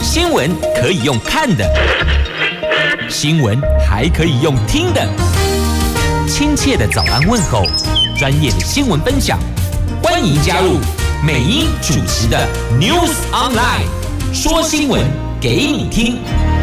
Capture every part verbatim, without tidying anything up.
新闻可以用看的，新闻还可以用听的。亲切的早安问候，专业的新闻分享，欢迎加入美英主持的 News Online， 说新闻给你听。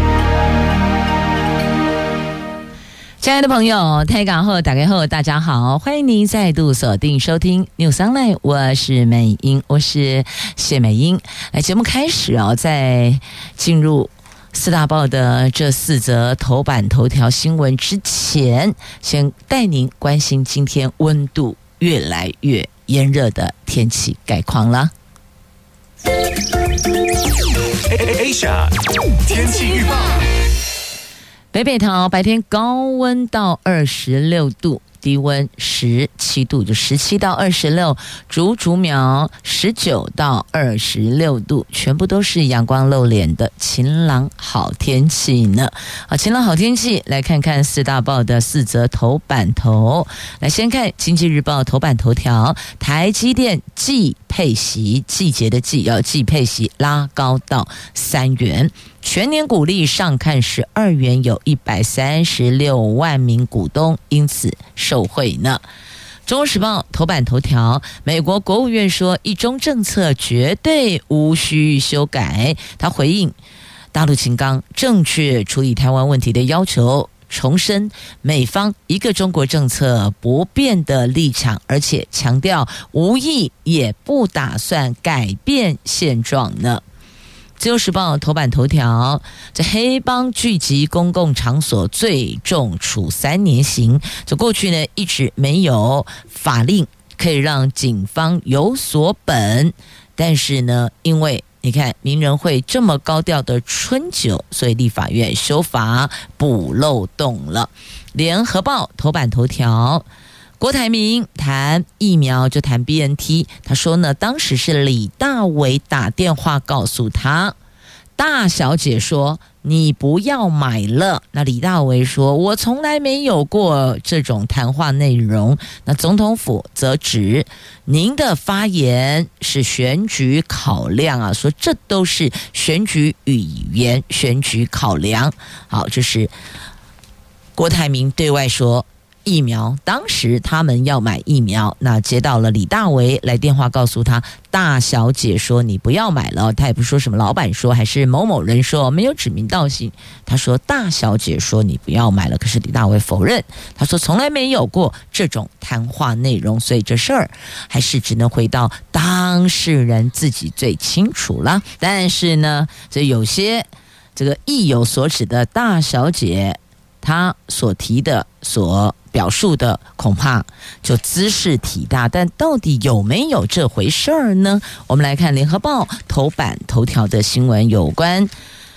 亲爱的朋友，台港后打开后，大家好，欢迎您再度锁定收听 News Online， 我是美英，我是谢美英。来，节目开始哦，在进入四大报的这四则头版头条新闻之前，先带您关心今天温度越来越炎热的天气概况了。 Asia 天气预报。 北北桃白天高温到二十六度，低温十七度，就十七到二十六，竹竹苗十九到二十六度，全部都是阳光露脸的晴朗好天气呢。好，晴朗好天气，来看看四大报的四则头版头。来，先看经济日报头版头条，台积电季配息，季节的季要季配息拉高到三元。全年股利上看十二元，有一百三十六万名股东因此受惠呢。中国时报头版头条，美国国务院说一中政策绝对无需修改，他回应大陆秦刚正确处理台湾问题的要求，重申美方一个中国政策不变的立场，而且强调无意也不打算改变现状呢。自由时报头版头条，这黑帮聚集公共场所最重处三年刑。这过去呢一直没有法令可以让警方有所本，但是呢因为你看名人会这么高调的春酒，所以立法院修法补漏洞了。联合报头版头条，郭台铭谈疫苗就谈 B N T， 他说呢，当时是李大为打电话告诉他，大小姐说你不要买了。那李大为说我从来没有过这种谈话内容。那总统府则指您的发言是选举考量啊，说这都是选举语言、选举考量。好，这是郭台铭对外说疫苗，当时他们要买疫苗，那接到了李大为来电话告诉他，大小姐说你不要买了，他也不说什么老板说还是某某人说，没有指名道姓，他说大小姐说你不要买了，可是李大为否认，他说从来没有过这种谈话内容，所以这事儿还是只能回到当事人自己最清楚了。但是呢，这有些这个意有所指的大小姐，他所提的所表述的恐怕就姿势体大，但到底有没有这回事儿呢？我们来看联合报头版头条的新闻，有关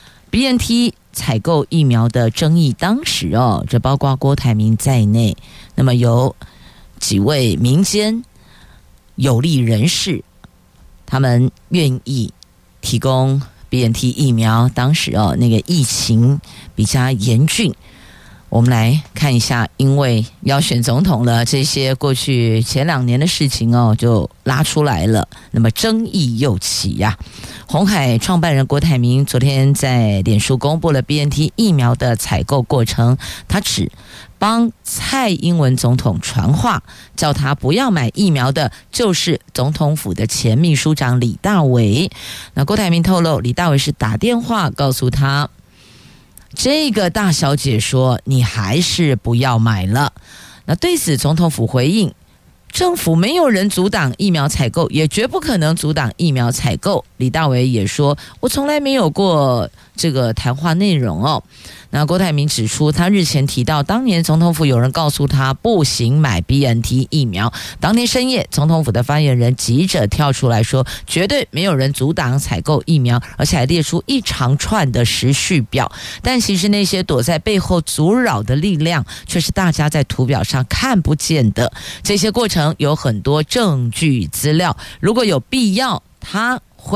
B N T 采购疫苗的争议。当时哦，这包括郭台铭在内，那么有几位民间有利人士，他们愿意提供 B N T 疫苗。当时哦，那个疫情比较严峻。我们来看一下，因为要选总统了，这些过去前两年的事情哦，就拉出来了，那么争议又起呀、啊。鸿海创办人郭台铭昨天在脸书公布了 B N T 疫苗的采购过程，他指帮蔡英文总统传话，叫他不要买疫苗的，就是总统府的前秘书长李大为。那郭台铭透露，李大为是打电话告诉他，这个大小姐说你还是不要买了。那对此总统府回应，政府没有人阻挡疫苗采购，也绝不可能阻挡疫苗采购。李大为也说，我从来没有过这个谈话内容哦。那郭台铭指出，他日前提到当年总统府有人告诉他不行买 B N T 疫苗，当天深夜总统府的发言人急着跳出来说，绝对没有人阻挡采购疫苗，而且还列出一长串的时序表。但其实那些躲在背后阻扰的力量却是大家在图表上看不见的，这些过程有很多证据资料，如果有必要他会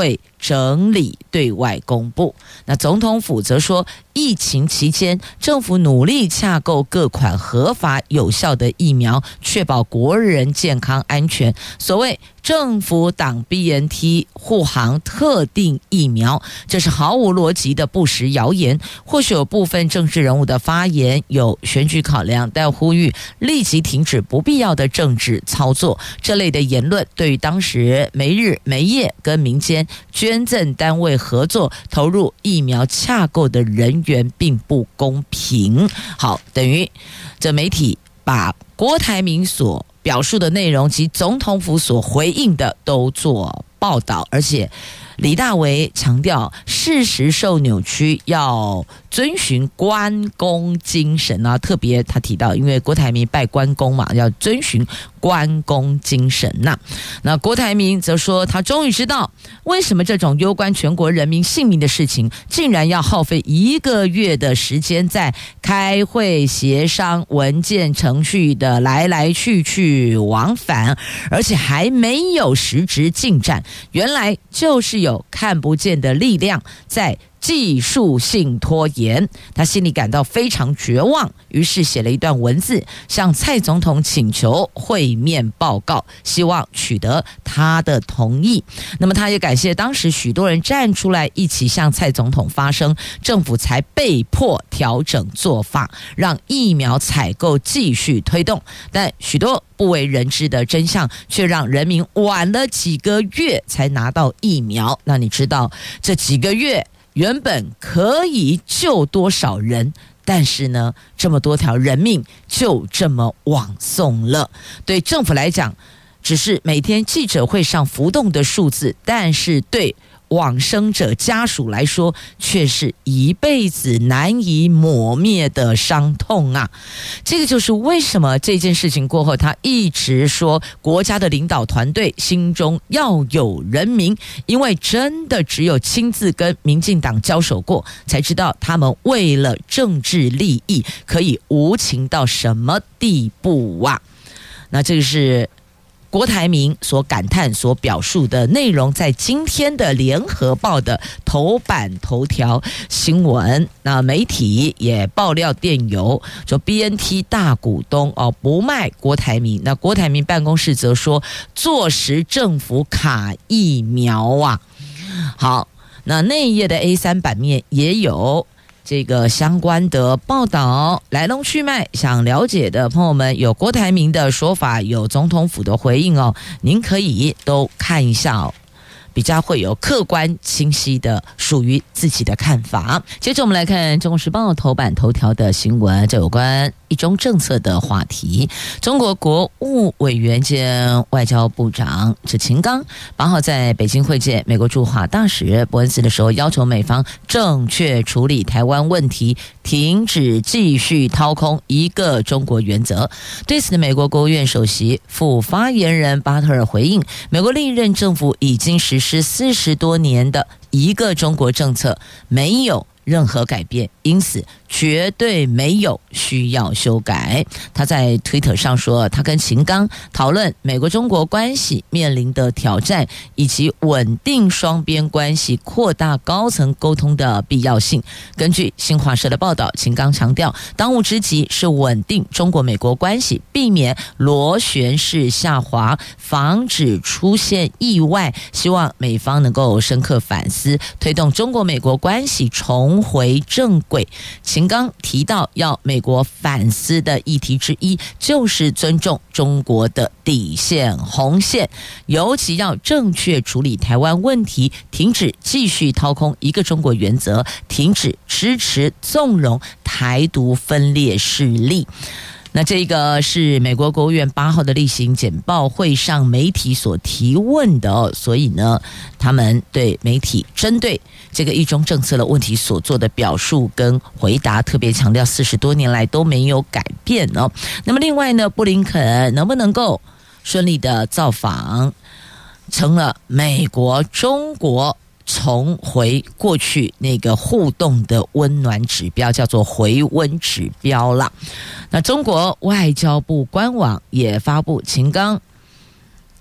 整理对外公布。那总统府则说，疫情期间政府努力洽购各款合法有效的疫苗，确保国人健康安全。所谓政府挡 B N T 护航特定疫苗，这是毫无逻辑的不实谣言。或许有部分政治人物的发言有选举考量，但呼吁立即停止不必要的政治操作。这类的言论对于当时没日没夜跟民间捐赠单位合作投入疫苗洽购的人员并不公平。好，等于这媒体把郭台铭所表述的内容及总统府所回应的都做报道，而且李大为强调事实受扭曲，要遵循关公精神啊，特别他提到，因为郭台铭拜关公嘛，要遵循关公精神呐、啊。那郭台铭则说，他终于知道为什么这种攸关全国人民性命的事情，竟然要耗费一个月的时间在开会协商、文件程序的来来去去往返，而且还没有实质进展。原来就是有看不见的力量在技术性拖延，他心里感到非常绝望，于是写了一段文字向蔡总统请求会面报告，希望取得他的同意。那么他也感谢当时许多人站出来一起向蔡总统发声，政府才被迫调整做法，让疫苗采购继续推动。但许多不为人知的真相却让人民晚了几个月才拿到疫苗。那你知道这几个月原本可以救多少人，但是呢，这么多条人命就这么枉送了。对政府来讲，只是每天记者会上浮动的数字，但是对往生者家属来说，却是一辈子难以抹灭的伤痛啊！这个就是为什么这件事情过后，他一直说国家的领导团队心中要有人民，因为真的只有亲自跟民进党交手过，才知道他们为了政治利益可以无情到什么地步啊！那这个是郭台铭所感叹、所表述的内容，在今天的联合报的头版头条新闻。那媒体也爆料电邮，说 B N T 大股东哦不卖郭台铭。那郭台铭办公室则说，坐实政府卡疫苗啊。好，那那一页的 A 三 版面也有这个相关的报道，来龙去脉，想了解的朋友们，有郭台铭的说法，有总统府的回应哦，您可以都看一下哦，比较会有客观清晰的属于自己的看法。接着我们来看《中国时报》头版头条的新闻，这有关一中政策的话题。中国国务委员兼外交部长这秦刚八号在北京会见美国驻华大使伯恩斯的时候，要求美方正确处理台湾问题，停止继续掏空一个中国原则。对此，美国国务院首席副发言人巴特尔回应，美国历任政府已经实施四十多年的一个中国政策，没有任何改变，因此绝对没有需要修改。他在推特上说，他跟秦刚讨论美国中国关系面临的挑战，以及稳定双边关系、扩大高层沟通的必要性。根据新华社的报道，秦刚强调，当务之急是稳定中国美国关系，避免螺旋式下滑，防止出现意外。希望美方能够深刻反思，推动中国美国关系重回正轨。秦刚提到，要美国反思的议题之一就是尊重中国的底线红线，尤其要正确处理台湾问题，停止继续掏空一个中国原则，停止支持纵容台独分裂势力。那这个是美国国务院八号的例行简报会上媒体所提问的哦，所以呢，他们对媒体针对这个一中政策的问题所做的表述跟回答，特别强调四十多年来都没有改变哦。那么另外呢，布林肯能不能够顺利的造访，成了美国、中国重回过去那个互动的温暖指标，叫做回温指标啦。那中国外交部官网也发布秦刚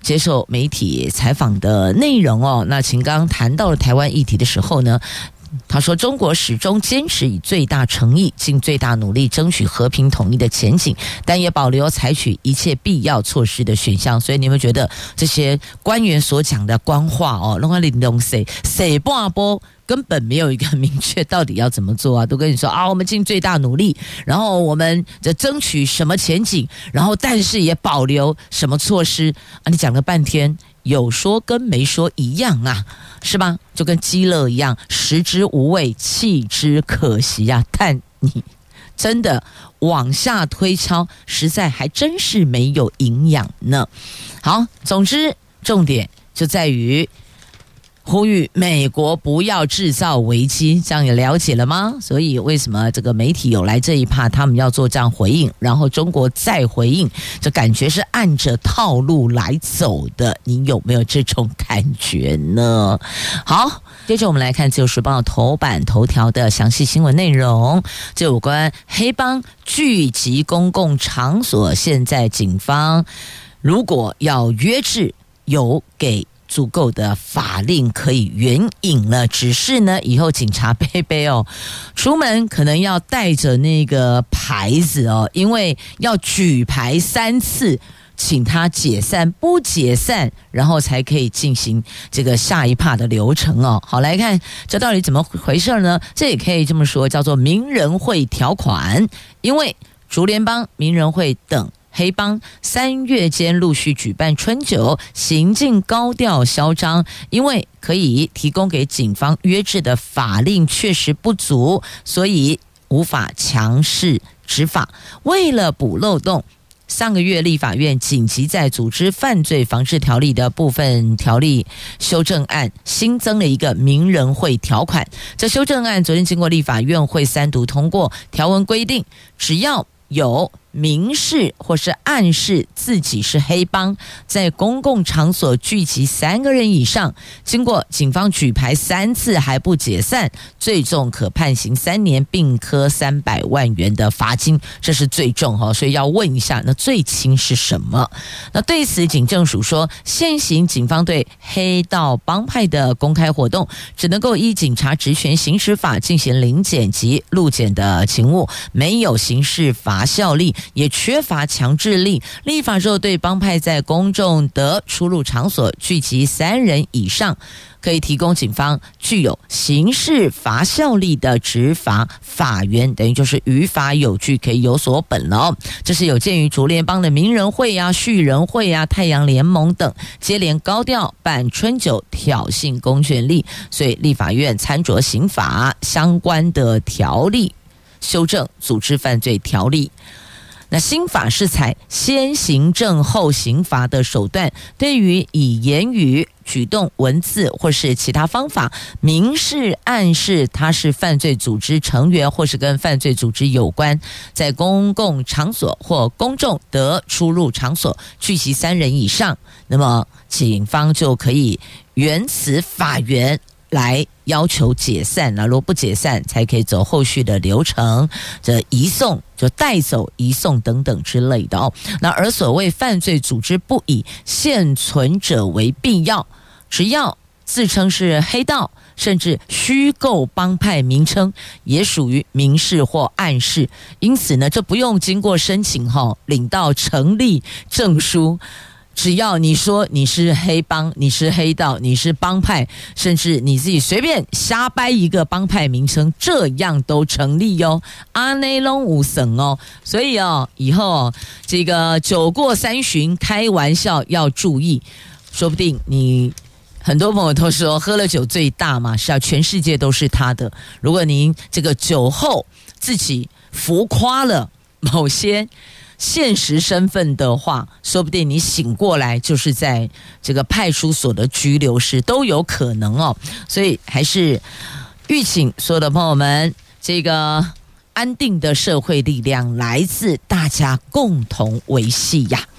接受媒体采访的内容哦。那秦刚谈到了台湾议题的时候呢，他说中国始终坚持以最大诚意尽最大努力争取和平统一的前景，但也保留采取一切必要措施的选项。所以你们觉得这些官员所讲的官话哦，弄个零东西谁半波根本没有一个明确到底要怎么做啊，都跟你说啊，我们尽最大努力，然后我们的争取什么前景，然后但是也保留什么措施啊，你讲了半天有说跟没说一样啊，是吧？就跟鸡肋一样，食之无味，弃之可惜啊。但你真的往下推敲，实在还真是没有营养呢。好，总之重点就在于呼吁美国不要制造危机，这样也了解了吗？所以为什么这个媒体有来这一趴，他们要做这样回应，然后中国再回应，这感觉是按着套路来走的，你有没有这种感觉呢？好，接着我们来看自由时报头版头条的详细新闻内容，这有关黑帮聚集公共场所，现在警方如果要约制，有给足够的法令可以援引了，只是呢，以后警察贝贝哦，出门可能要带着那个牌子哦，因为要举牌三次，请他解散，不解散，然后才可以进行这个下一趴的流程哦。好，来看这到底怎么回事呢？这也可以这么说，叫做名人会条款，因为竹联帮、名人会等黑帮三月间陆续举办春酒，行径高调嚣张，因为可以提供给警方约制的法令确实不足，所以无法强势执法。为了补漏洞，上个月立法院紧急在组织犯罪防治条例的部分条例修正案新增了一个名人会条款。这修正案昨天经过立法院会三读通过，条文规定，只要有明示或是暗示自己是黑帮，在公共场所聚集三个人以上，经过警方举牌三次还不解散，最重可判刑三年，并科三百万元的罚金，这是最重哈。所以要问一下，那最轻是什么？那对此警政署说，现行警方对黑道帮派的公开活动，只能够依警察职权行使法进行临检及路检的勤务，没有刑事罚效力，也缺乏强制力。立法之后，对帮派在公众的出入场所聚集三人以上，可以提供警方具有刑事罚效力的执法法源，等于就是于法有据，可以有所本了哦。这是有鉴于竹联帮的名人会啊、旭人会啊、太阳联盟等接连高调办春酒，挑衅公权力，所以立法院参酌刑法相关的条例修正组织犯罪条例。那新法是采先行政后刑罚的手段，对于以言语、举动、文字或是其他方法明示暗示他是犯罪组织成员或是跟犯罪组织有关，在公共场所或公众得出入场所聚集三人以上，那么警方就可以原此法源来要求解散，如果不解散才可以走后续的流程，这移送就带走、移送等等之类的哦。那而所谓犯罪组织不以现存者为必要，只要自称是黑道，甚至虚构帮派名称，也属于明示或暗示。因此呢，这不用经过申请哈，领到成立证书。只要你说你是黑帮，你是黑道，你是帮派，甚至你自己随便瞎掰一个帮派名称，这样都成立哟。阿内隆无省哦，所以哦，以后哦，这个酒过三巡，开玩笑要注意，说不定你很多朋友都说喝了酒最大嘛，是啊，全世界都是他的。如果您这个酒后自己浮夸了某些现实身份的话，说不定你醒过来就是在这个派出所的拘留室都有可能哦。所以还是预请所有的朋友们，这个安定的社会力量来自大家共同维系呀。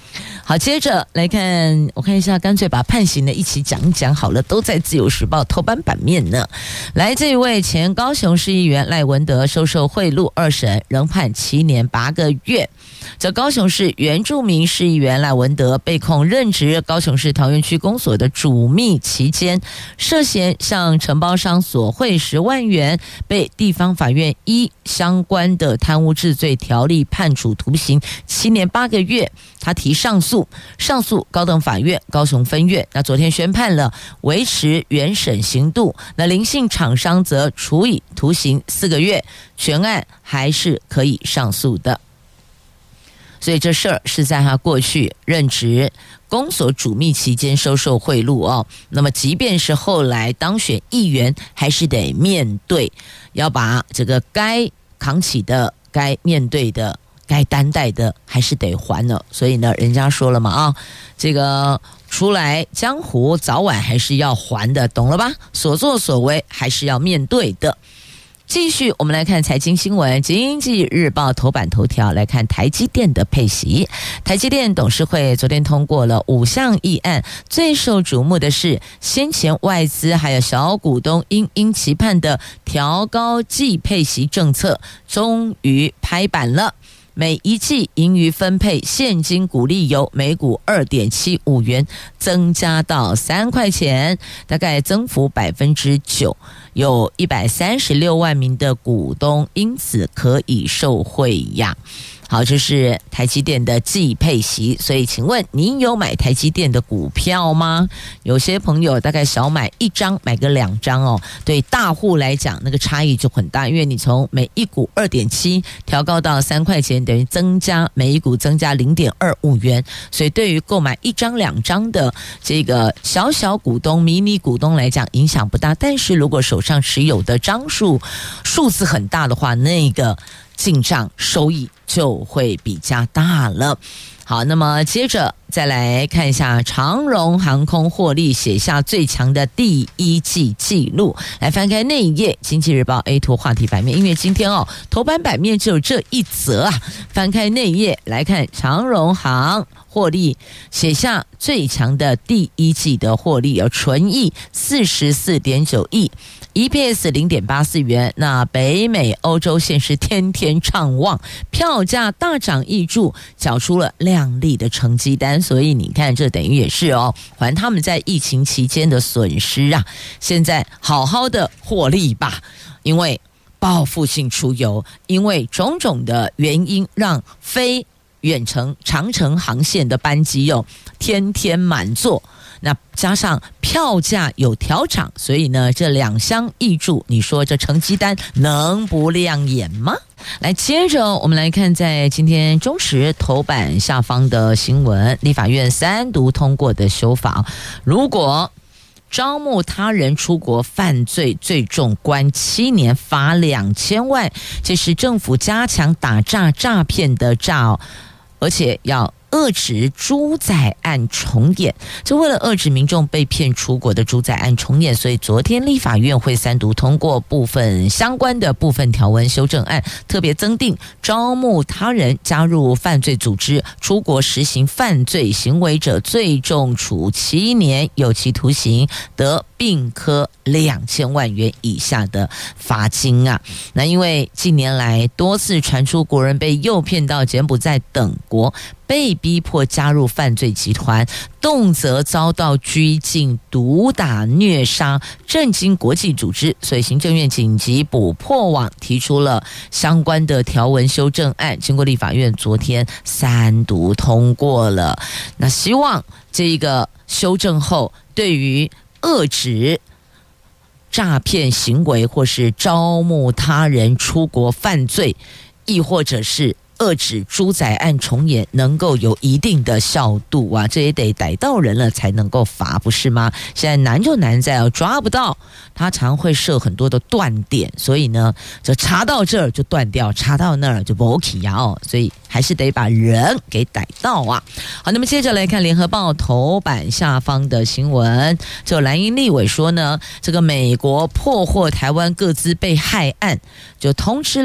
好，接着来看，我看一下，干脆把判刑的一起讲一讲好了，都在自由时报头版版面呢。来，这一位前高雄市议员赖文德收受贿赂，二审仍判七年八个月。这高雄市原住民市议员赖文德被控任职高雄市桃园区公所的主秘期间，涉嫌向承包商索贿十万元，被地方法院依相关的贪污治罪条例判处徒刑七年八个月。他提上诉，上诉高等法院高雄分院，那昨天宣判了，维持原审刑度。那林姓厂商则处以徒刑四个月，全案还是可以上诉的。所以这事儿是在他过去任职公所主秘期间收受贿赂哦。那么即便是后来当选议员，还是得面对，要把这个该扛起的、该面对的、该担待的还是得还了。所以呢，人家说了嘛啊，这个出来江湖早晚还是要还的，懂了吧？所作所为还是要面对的。继续，我们来看财经新闻。经济日报头版头条来看台积电的配息。台积电董事会昨天通过了五项议案，最受瞩目的是先前外资还有小股东殷殷期盼的调高季配息政策，终于拍板了。每一季盈余分配现金股利由每股 二点七五元增加到三块钱，大概增幅 百分之九， 有一百三十六万名的股东因此可以受惠呀。好，这是台积电的季配息，所以请问您有买台积电的股票吗？有些朋友大概少买一张，买个两张哦。对大户来讲，那个差异就很大，因为你从每一股 二点七 调高到三块钱，等于增加每一股增加 零点二五元，所以对于购买一张两张的这个小小股东、迷你股东来讲影响不大，但是如果手上持有的张数数字很大的话，那个进账收益就会比较大了。好，那么接着再来看一下长荣航空获利写下最强的第一季纪录。来翻开那一页经济日报 A 图话题版面，因为今天哦头版版面只有这一则啊，翻开那一页来看长荣航获利写下最强的第一季的获利，有纯益 四十四点九亿，E P S 零点八四元，那北美欧洲县市天天畅旺，票价大涨挹注，缴出了亮丽的成绩单。所以你看，这等于也是哦，还他们在疫情期间的损失啊。现在好好的获利吧，因为报复性出游，因为种种的原因，让非远程长程航线的班机哦天天满座。那加上票价有调涨，所以呢，这两相挹注，你说这成绩单能不亮眼吗？来，接着我们来看在今天中时头版下方的新闻，立法院三读通过的修法，如果招募他人出国犯罪，最重关七年，罚两千万，这是政府加强打诈诈骗的诈哦，而且要遏止猪仔案重演。就为了遏止民众被骗出国的猪仔案重演，所以昨天立法院会三读通过部分相关的部分条文修正案，特别增订招募他人加入犯罪组织出国实行犯罪行为者，最重处七年有期徒刑，得并科两千万元以下的罚金啊。那因为近年来多次传出国人被诱骗到柬埔寨等国，被逼迫加入犯罪集团，动辄遭到拘禁、毒打、虐杀，震惊国际组织，所以行政院紧急补破网，提出了相关的条文修正案，经过立法院昨天三读通过了。那希望这个修正后，对于遏止诈骗行为，或是招募他人出国犯罪，亦或者是遏止猪仔案重演，能够有一定的效度啊，这也得逮到人了才能够罚，不是吗？现在难就难在、哦、抓不到，他常会设很多的断点，所以呢，就查到这儿就断掉，查到那儿就不 OK 呀哦，所以还是得把人给逮到啊。好，那么接着来看联合报头版下方的新闻，就蓝营立委说呢，这个美国破获台湾个资被害案，就通知了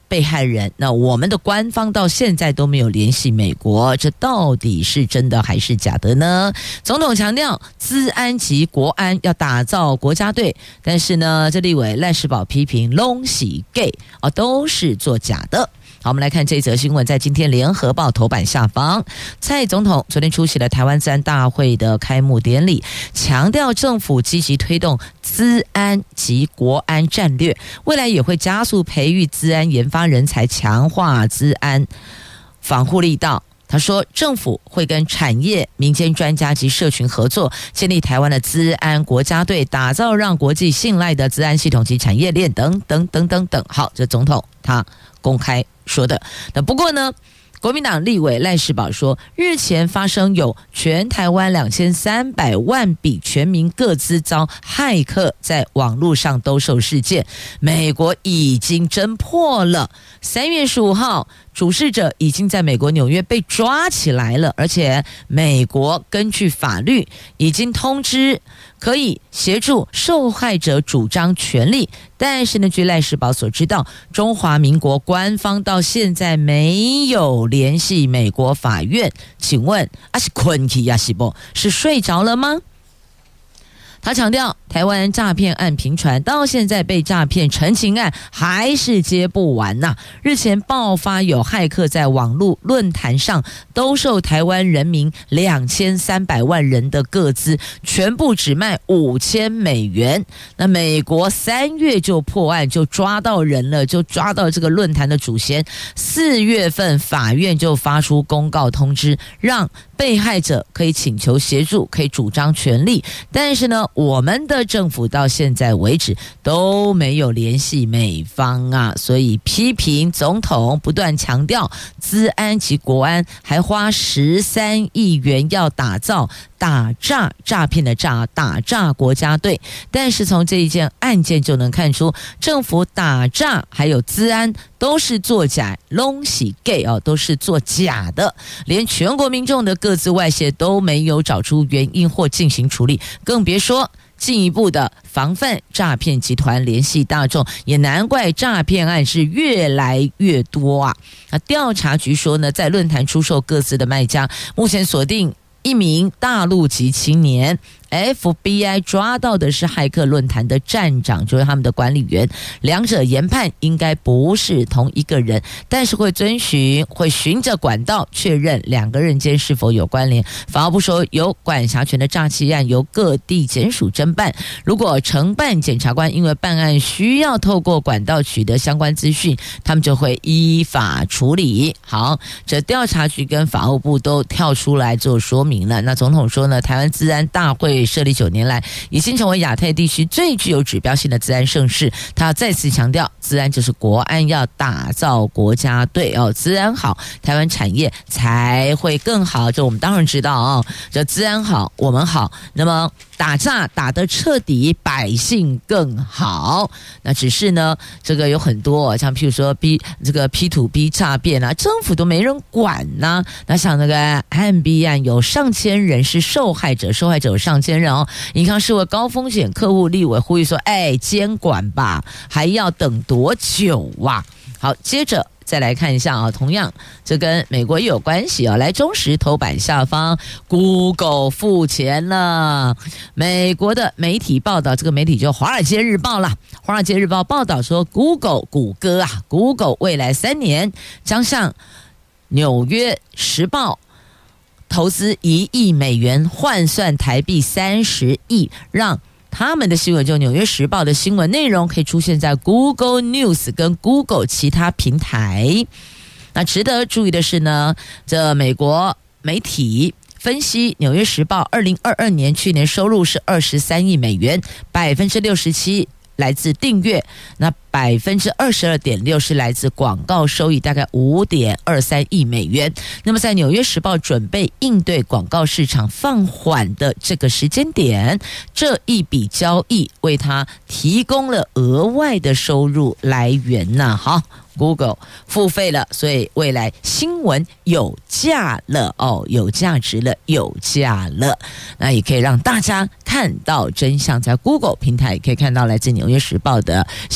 被害人，那我们的官方到现在都没有联系美国，这到底是真的还是假的呢？总统强调资安及国安要打造国家队，但是呢，这立委赖士葆批评拢是 gay 哦，都是作假的。好，我们来看这则新闻，在今天联合报头版下方，蔡总统昨天出席了台湾资安大会的开幕典礼，强调政府积极推动资安及国安战略，未来也会加速培育资安研发人才，强化资安防护力道。他说，政府会跟产业、民间专家及社群合作，建立台湾的资安国家队，打造让国际信赖的资安系统及产业链等等等等等。好，这总统他公开说的。那不过呢，国民党立委赖士葆说，日前发生有全台湾两千三百万笔全民个资遭骇客在网络上兜售事件，美国已经侦破了。三月十五号，主事者已经在美国纽约被抓起来了，而且美国根据法律已经通知可以协助受害者主张权利，但是呢，据赖士葆所知道，中华民国官方到现在没有联系美国法院。请问啊，是困去呀？是不？是睡着了吗？他强调，台湾诈骗案频传，到现在被诈骗陈情案还是接不完呐、啊。日前爆发有骇客在网络论坛上兜售台湾人民两千三百万人的个资，全部只卖五千美元。那美国三月就破案，就抓到人了，就抓到这个论坛的主嫌。四月份法院就发出公告通知，让被害者可以请求协助，可以主张权利，但是呢，我们的政府到现在为止都没有联系美方啊，所以批评总统不断强调资安及国安，还花十三亿元要打造打诈诈骗的诈打诈国家队，但是从这一件案件就能看出，政府打诈还有资安都是作假，拢是 gay 哦，都是作假的，连全国民众的个资外泄都没有找出原因或进行处理，更别说进一步的防范诈骗集团联系大众，也难怪诈骗案是越来越多啊！那调查局说呢，在论坛出售个资的卖家，目前锁定一名大陆籍青年。F B I 抓到的是骇客论坛的站长，就是他们的管理员，两者研判应该不是同一个人，但是会遵循会循着管道确认两个人间是否有关联。法务部说，有管辖权的诈欺案由各地检署侦办，如果承办检察官因为办案需要透过管道取得相关资讯，他们就会依法处理。好，这调查局跟法务部都跳出来做说明了。那总统说呢，台湾资安大会设立九年来，已经成为亚太地区最具有指标性的资安盛事。他再次强调，资安就是国安，要打造国家队哦，资安好，台湾产业才会更好。这我们当然知道哦，这资安好，我们好，那么打诈打得彻底，百姓更好。那只是呢，这个有很多，像譬如说 B 这个 P to B 诈骗啊，政府都没人管呐、啊。那像那个 M B 案，有上千人是受害者，受害者有上千人哦。银行视为高风险客户，立委呼吁说：“哎，监管吧，还要等多久啊？”好，接着再来看一下啊，同样这跟美国也有关系啊。来，中时头版下方 ，Google 付钱了。美国的媒体报道，这个媒体就《华尔街日报》啦，《华尔街日报》报道说 ，Google 谷歌啊 ，Google 未来三年将向纽约时报投资一亿美元，换算台币三十亿，让他们的新闻，就《纽约时报》的新闻内容可以出现在 Google News 跟 Google 其他平台。那值得注意的是呢，这美国媒体分析，《纽约时报》二零二二年去年收入是二十三亿美元，百分之六十七来自订阅，那百分之二十二点六是来自广告收益，大概五点二三亿美元。那么在《纽约时报》准备应对广告市场放缓的这个时间点，这一笔交易为他提供了额外的收入来源呐、啊。好。Google 付费了，所以未来新闻有价了哦，有价值了，有价了。那也可以让大家看到真相，在 Google 平台也可以看到来自《纽约时报》的新闻。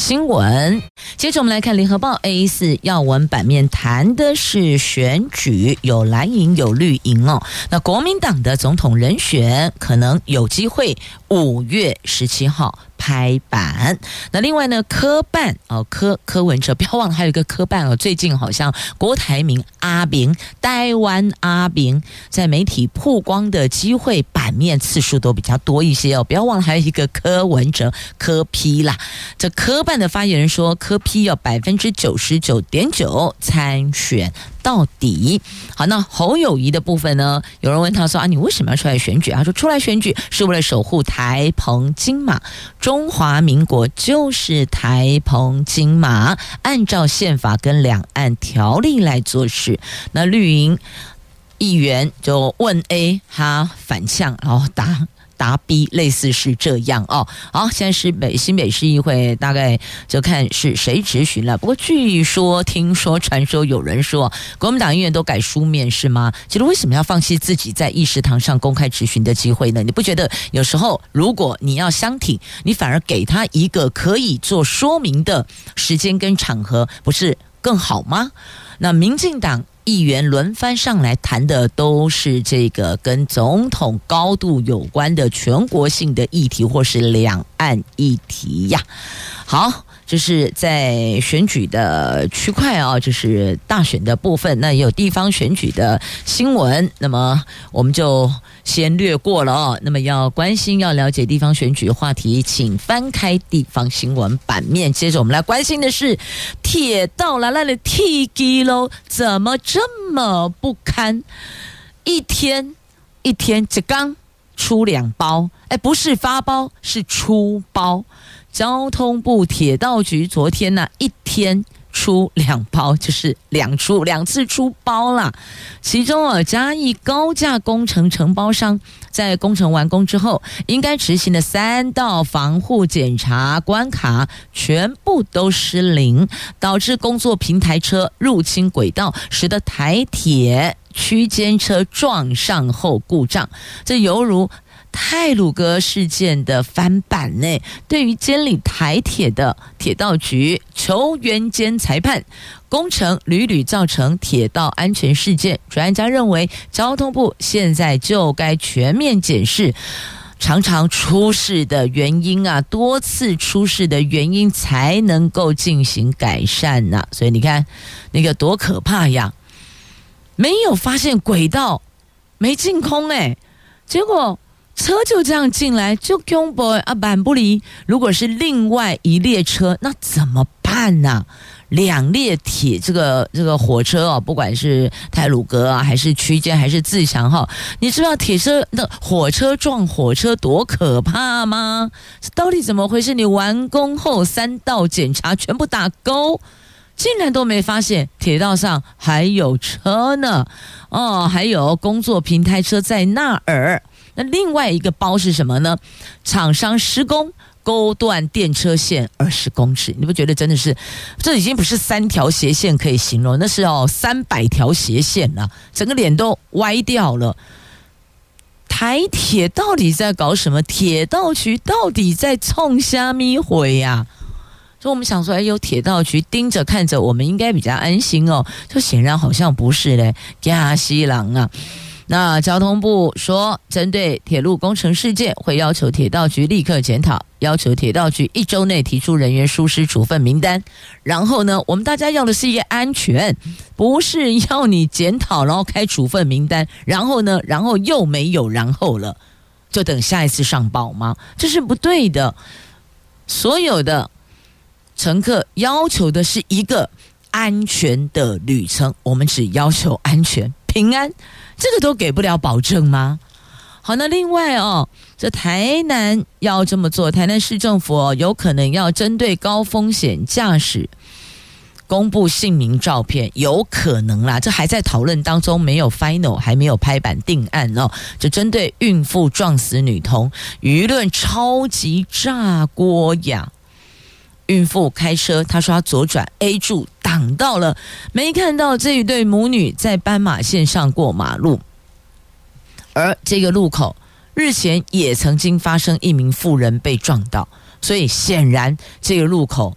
闻。接着我们来看联合报 A 四 要闻版面，谈的是选举，有蓝营有绿营哦。那国民党的总统人选可能有机会五月十七号拍板。那另外呢，柯办哦，柯柯文哲，不要忘了还有一个柯办哦。最近好像郭台铭阿明、台湾阿明在媒体曝光的机会版面次数都比较多一些哦。不要忘了还有一个柯文哲柯 P 啦。这柯办的发言人说，柯 P 要百分之九十九点九参选到底。好，那侯友宜的部分呢？有人问他说啊，你为什么要出来选举？他说出来选举是为了守护台澎金马，中华民国就是台澎金马，按照宪法跟两岸条例来做事。那绿营议员就问 A， 他反呛，然后答。答 B 类似是这样哦。好，现在是北新北市议会，大概就看是谁质询了。不过据说、听说、传说，有人说国民党议员都改书面是吗？其实为什么要放弃自己在议事堂上公开质询的机会呢？你不觉得有时候如果你要相挺，你反而给他一个可以做说明的时间跟场合，不是更好吗？那民进党议员轮番上来谈的都是这个跟总统高度有关的全国性的议题或是两岸议题呀。好，这是在选举的区块啊，就是大选的部分，那也有地方选举的新闻，那么我们就先略过了哦。那么要关心要了解地方选举话题，请翻开地方新闻版面。接着我们来关心的是铁道啦，那的铁机喽，怎么这么不堪？一天一天一缸出两包，哎，不是发包，是出包。交通部铁道局昨天呢、啊，一天出两包，就是两出两次出包啦。其中啊，嘉义高架工程承包商在工程完工之后，应该执行的三道防护检查关卡全部都失灵，导致工作平台车入侵轨道，使得台铁区间车撞上后故障，这犹如太鲁阁事件的翻版呢。对于监理台铁的铁道局球员兼裁判，工程屡屡造成铁道安全事件，专家认为交通部现在就该全面检视常常出事的原因啊，多次出事的原因，才能够进行改善呐、啊。所以你看那个多可怕呀！没有发现轨道没净空哎，结果车就这样进来，就恐怖啊，板不离。如果是另外一列车，那怎么办呢、啊？两列铁这个这个火车哦，不管是太鲁阁啊，还是区间，还是自强号，你知道铁车的火车撞火车多可怕吗？到底怎么回事？你完工后三道检查全部打勾，竟然都没发现铁道上还有车呢。哦，还有工作平台车在那儿。那另外一个包是什么呢？厂商施工勾断电车线二十公尺，你不觉得真的是，这已经不是三条斜线可以形容，那是哦三百条斜线了、啊，整个脸都歪掉了。台铁到底在搞什么？铁道局到底在冲虾米回呀、啊？所以我们想说，哎，有铁道局盯着看着，我们应该比较安心哦。就显然好像不是嘞，加西郎啊。那交通部说，针对铁路工程事件，会要求铁道局立刻检讨，要求铁道局一周内提出人员疏失处分名单。然后呢，我们大家要的是一个安全，不是要你检讨然后开处分名单，然后呢，然后又没有然后了，就等下一次上报吗？这是不对的。所有的乘客要求的是一个安全的旅程，我们只要求安全平安，这个都给不了保证吗？好，那另外哦，这台南要这么做，台南市政府、哦、有可能要针对高风险驾驶公布姓名照片，有可能啦，这还在讨论当中，没有 final， 还没有拍板定案哦。这针对孕妇撞死女童，舆论超级炸锅呀！孕妇开车，她说她左转 A 柱挡到了，没看到这一对母女在斑马线上过马路，而这个路口日前也曾经发生一名妇人被撞到，所以显然这个路口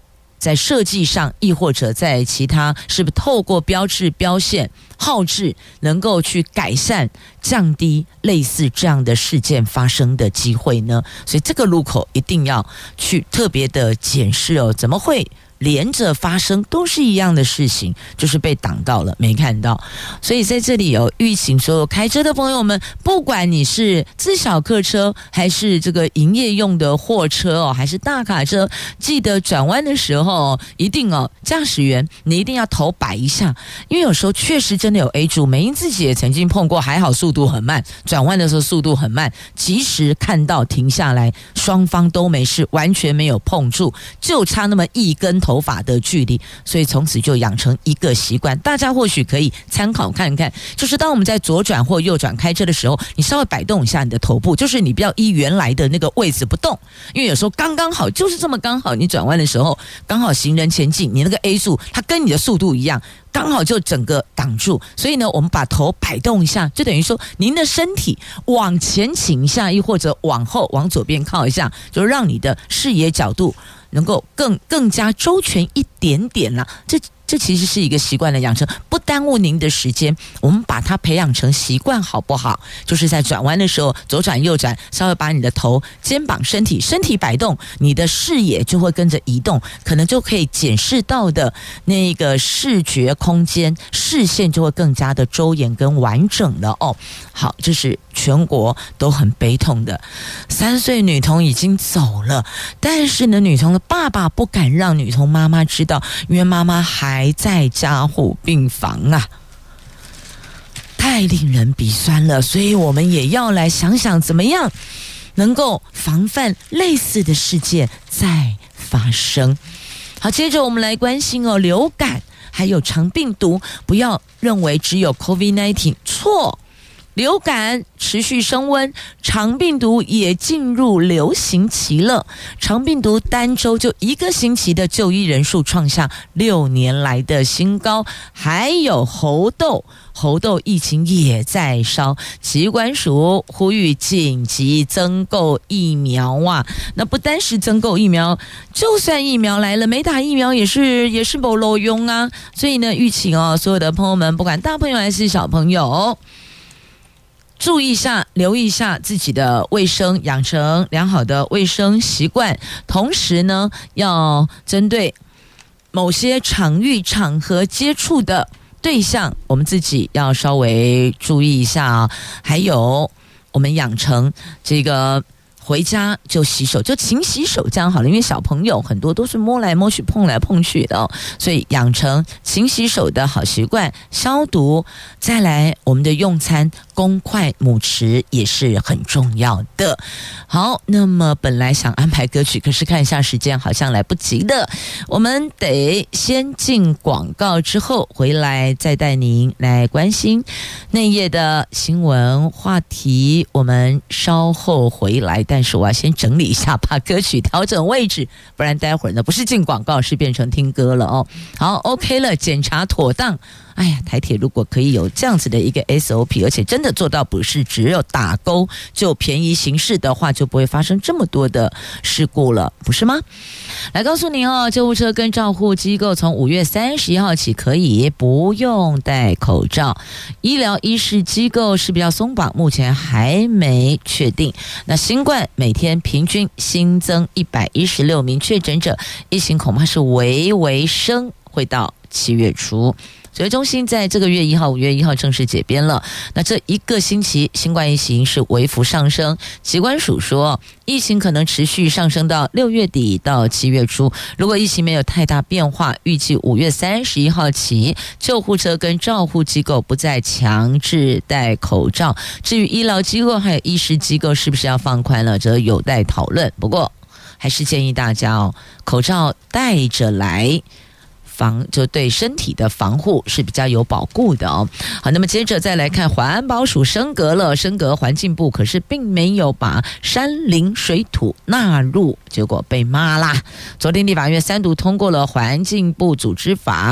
在设计上，亦或者在其他，是不是透过标志标线号志能够去改善降低类似这样的事件发生的机会呢？所以这个路口一定要去特别的检视哦，怎么会连着发生，都是一样的事情，就是被挡到了，没看到。所以在这里有预请所有开车的朋友们，不管你是自小客车还是这个营业用的货车哦，还是大卡车，记得转弯的时候一定哦，驾驶员你一定要头摆一下，因为有时候确实真的有 A 柱，美英自己也曾经碰过，还好速度很慢，转弯的时候速度很慢，及时看到停下来，双方都没事，完全没有碰触，就差那么一根头发的距离，所以从此就养成一个习惯，大家或许可以参考看看，就是当我们在左转或右转开车的时候，你稍微摆动一下你的头部，就是你不要依原来的那个位置不动，因为有时候刚刚好，就是这么刚好，你转弯的时候刚好行人前进，你那个 A 柱它跟你的速度一样，刚好就整个挡住，所以呢，我们把头摆动一下，就等于说您的身体往前倾一下，亦或者往后往左边靠一下，就让你的视野角度能够更更加周全一点点啦。这这其实是一个习惯的养成，不耽误您的时间，我们把它培养成习惯好不好？就是在转弯的时候，左转右转，稍微把你的头、肩膀、身体身体摆动，你的视野就会跟着移动，可能就可以检视到的那个视觉空间、视线就会更加的周延跟完整了哦。好，这是全国都很悲痛的，三岁女童已经走了，但是呢，女童的爸爸不敢让女童妈妈知道，因为妈妈还在加护病房啊，太令人鼻酸了。所以我们也要来想想，怎么样能够防范类似的事件再发生。好，接着我们来关心哦，流感还有肠病毒，不要认为只有 COVID 十九， 错。流感持续升温，肠病毒也进入流行期了。肠病毒单周就一个星期的就医人数创下六年来的新高，还有猴痘，猴痘疫情也在烧，疾管署呼吁紧急增购疫苗啊！那不单是增购疫苗，就算疫苗来了，没打疫苗也是也是没路用啊！所以呢，预请哦，所有的朋友们，不管大朋友还是小朋友，注意一下，留意一下自己的卫生，养成良好的卫生习惯。同时呢，要针对某些场域场合接触的对象，我们自己要稍微注意一下啊。还有，我们养成这个回家就洗手，就勤洗手这样好了，因为小朋友很多都是摸来摸去、碰来碰去的哦，所以养成勤洗手的好习惯，消毒。再来，我们的用餐公筷母匙也是很重要的。好，那么本来想安排歌曲，可是看一下时间，好像来不及了，我们得先进广告，之后回来再带您来关心内页的新闻话题。我们稍后回来，但是我要先整理一下，把歌曲调整位置，不然待会儿呢不是进广告，是变成听歌了哦。好 ，OK 了，检查妥当。哎呀，台铁如果可以有这样子的一个 S O P， 而且真的做到不是只有打勾就便宜行事的话，就不会发生这么多的事故了，不是吗？来告诉您哦，救护车跟照护机构从五月三十一号起可以不用戴口罩，医疗医事机构是比较松绑，目前还没确定。那新冠每天平均新增一百一十六名确诊者，疫情恐怕是微微升，会到七月初。指挥中心在这个月一号、五月一号正式解编了。那这一个星期，新冠疫情是微幅上升。疾管署说，疫情可能持续上升到六月底到七月初。如果疫情没有太大变化，预计五月三十一号起，救护车跟照护机构不再强制戴口罩。至于医疗机构还有医师机构是不是要放宽了，则有待讨论。不过，还是建议大家哦，口罩戴着来。防就对身体的防护是比较有保护的哦。好，那么接着再来看环保署升格了，升格环境部，可是并没有把山林水土纳入，结果被骂啦。昨天立法院三读通过了环境部组织法。环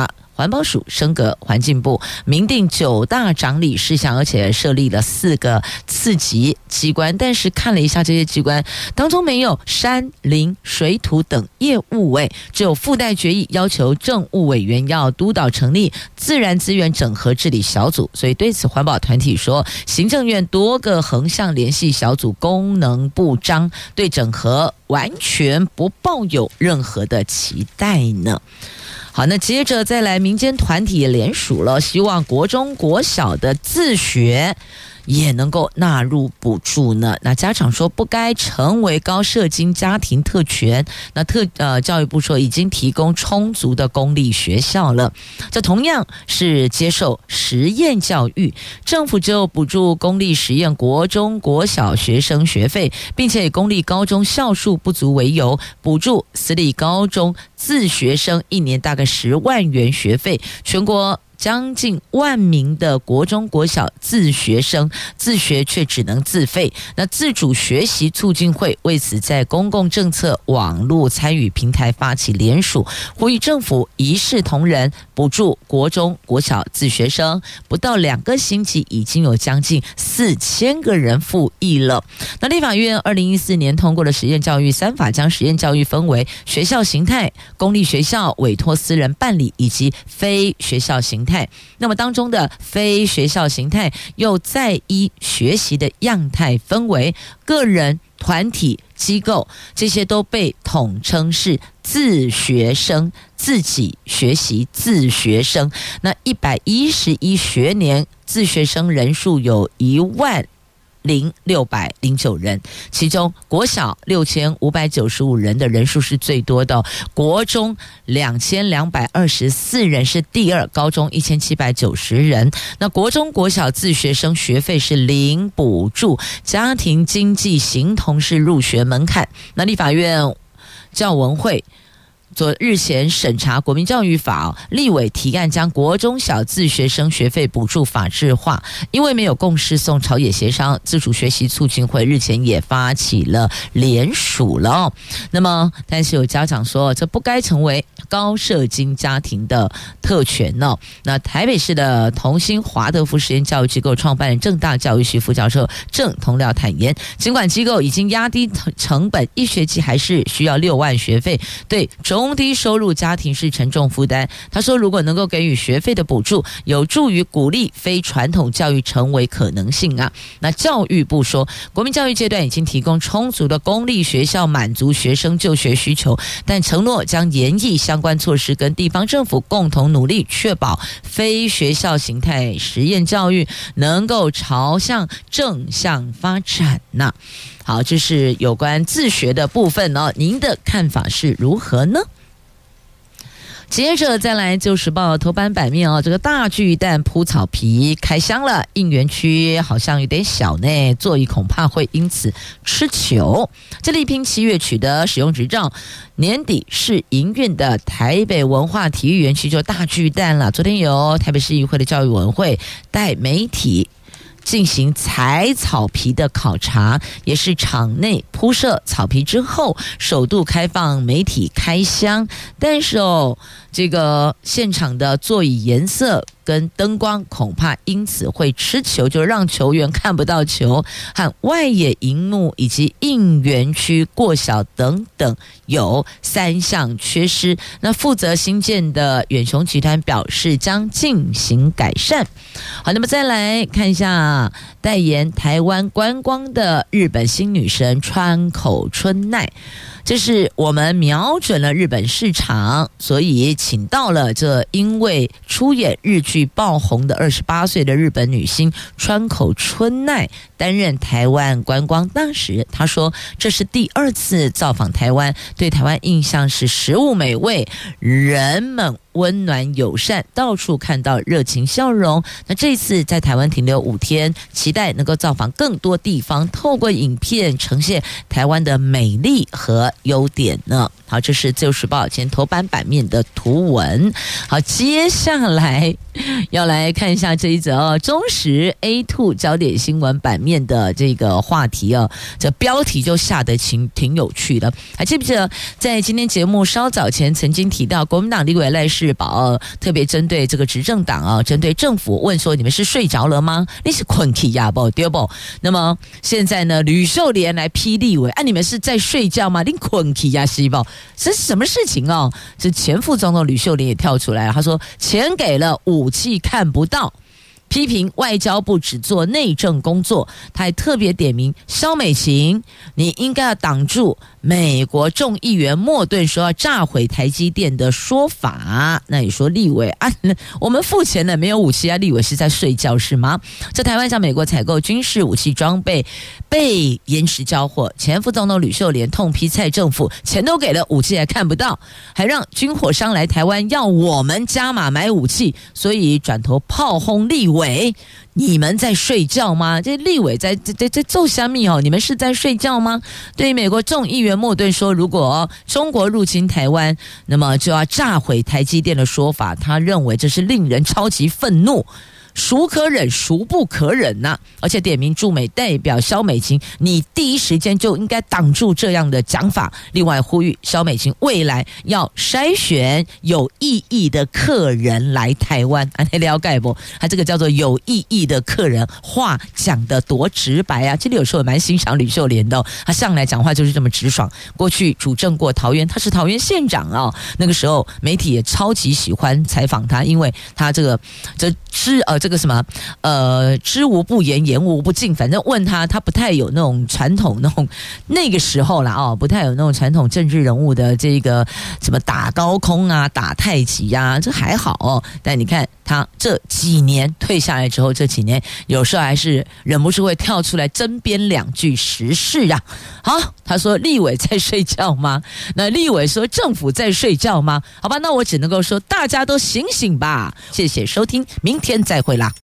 环保署升格环境部，明定九大掌理事项，而且设立了四个次级机关。但是看了一下这些机关当中，没有山林水土等业务委，只有附带决议要求政务委员要督导成立自然资源整合治理小组。所以对此环保团体说，行政院多个横向联系小组功能不彰，对整合完全不抱有任何的期待呢。好，那接着再来，民间团体也联署了，希望国中国小的自学也能够纳入补助呢。那家长说不该成为高社经家庭特权，那特呃教育部说已经提供充足的公立学校了，这同样是接受实验教育，政府只有补助公立实验国中国小学生学费，并且以公立高中校数不足为由，补助私立高中自学生一年大概十万元学费，全国将近万名的国中国小自学生自学却只能自费。那自主学习促进会为此在公共政策网络参与平台发起联署，呼吁政府一视同仁，补助国中国小自学生。不到两个星期，已经有将近四千个人复议了。那立法院二零一四年通过了实验教育三法，将实验教育分为学校形态、公立学校委托私人办理以及非学校形态。那么当中的非学校形态又再依学习的样态分为个人、团体、机构，这些都被统称是自学生，自己学习自学生。那一百一十一学年自学生人数有一万零六百零九人，其中国小六千五百九十五人的人数是最多的，国中两千两百二十四人是第二，高中一千七百九十人。那国中国小自学生学费是零补助，家庭经济形同是入学门槛。那立法院教文会昨日前审查国民教育法，立委提案将国中小自学生学费补助法制化，因为没有共识，送朝野协商。自主学习促进会日前也发起了联署了、哦、那么但是有家长说，这不该成为高社经家庭的特权呢、哦。那台北市的同心华德福实验教育机构创办人政大教育系副教授郑同僚坦言，尽管机构已经压低成本，一学期还是需要六万学费，对中中低收入家庭是沉重负担。他说，如果能够给予学费的补助，有助于鼓励非传统教育成为可能性啊。那教育部说，国民教育阶段已经提供充足的公立学校满足学生就学需求，但承诺将研议相关措施，跟地方政府共同努力，确保非学校形态实验教育能够朝向正向发展呐、啊。好，这是有关自学的部分哦，您的看法是如何呢？接着再来就是报头版版面哦，这个大巨蛋铺草皮开箱了，应援区好像有点小呢，座椅恐怕会因此吃球。这力拼七月取得使用执照，年底试营运的台北文化体育园区就大巨蛋了。昨天由台北市议会的教育委员会带媒体进行采草皮的考察，也是场内铺设草皮之后首度开放媒体开箱。但是哦，这个现场的座椅颜色跟灯光恐怕因此会吃球，就让球员看不到球，和外野荧幕以及应援区过小等等有三项缺失。那负责新建的远雄集团表示将进行改善。好，那么再来看一下代言台湾观光的日本新女神川口春奈，这是我们瞄准了日本市场，所以请到了这因为出演日剧爆红的二十八岁的日本女星川口春奈担任台湾观光大使。她说这是第二次造访台湾，对台湾印象是食物美味，人们温暖友善，到处看到热情笑容。那这次在台湾停留五天，期待能够造访更多地方，透过影片呈现台湾的美丽和优点呢。 好，这是自由时报今天头版版面的图文。好，接下来要来看一下这一则、哦、中时 A 二 焦点新闻版面的这个话题哦，这标题就下得挺挺有趣的。还记不记得在今天节目稍早前曾经提到，国民党立委赖士葆、哦、特别针对这个执政党啊、哦，针对政府问说，你们是睡着了吗？你是困起呀不对不？那么现在呢，吕秀莲来批立委啊，你们是在睡觉吗？你困起呀是不？这是什么事情哦？这前副总统吕秀莲也跳出来了，他说钱给了，武器看不到。批评外交部只做内政工作，他还特别点名萧美琴，你应该要挡住美国众议员莫顿说要炸毁台积电的说法。那你说立委啊，我们付钱了没有武器啊？立委是在睡觉是吗？在台湾向美国采购军事武器装备被延迟交货，前副总统吕秀莲痛批蔡政府钱都给了，武器还看不到，还让军火商来台湾要我们加码买武器，所以转头炮轰立委。喂，你们在睡觉吗？这立委在在在在奏虾米哦？你们是在睡觉吗？对于美国众议员莫顿说，如果中国入侵台湾，那么就要炸毁台积电的说法，他认为这是令人超级愤怒。孰可忍孰不可忍呐、啊？而且点名驻美代表萧美琴，你第一时间就应该挡住这样的讲法。另外呼吁萧美琴未来要筛选有意义的客人来台湾。啊，你了解不？他这个叫做有意义的客人，话讲得多直白啊！这里有时候也蛮欣赏吕秀莲的、哦，他上来讲话就是这么直爽。过去主政过桃园，他是桃园县长啊、哦，那个时候媒体也超级喜欢采访他，因为他这个这知呃。这个什么呃，知无不言，言无不尽，反正问他，他不太有那种传统那种那个时候啦哦，不太有那种传统政治人物的这个什么打高空啊、打太极呀、啊，这还好哦。但你看他这几年退下来之后，这几年有时候还是忍不住会跳出来针砭两句时事啊。好，他说立委在睡觉吗？那立委说政府在睡觉吗？好吧，那我只能够说大家都醒醒吧。谢谢收听，明天再会啦。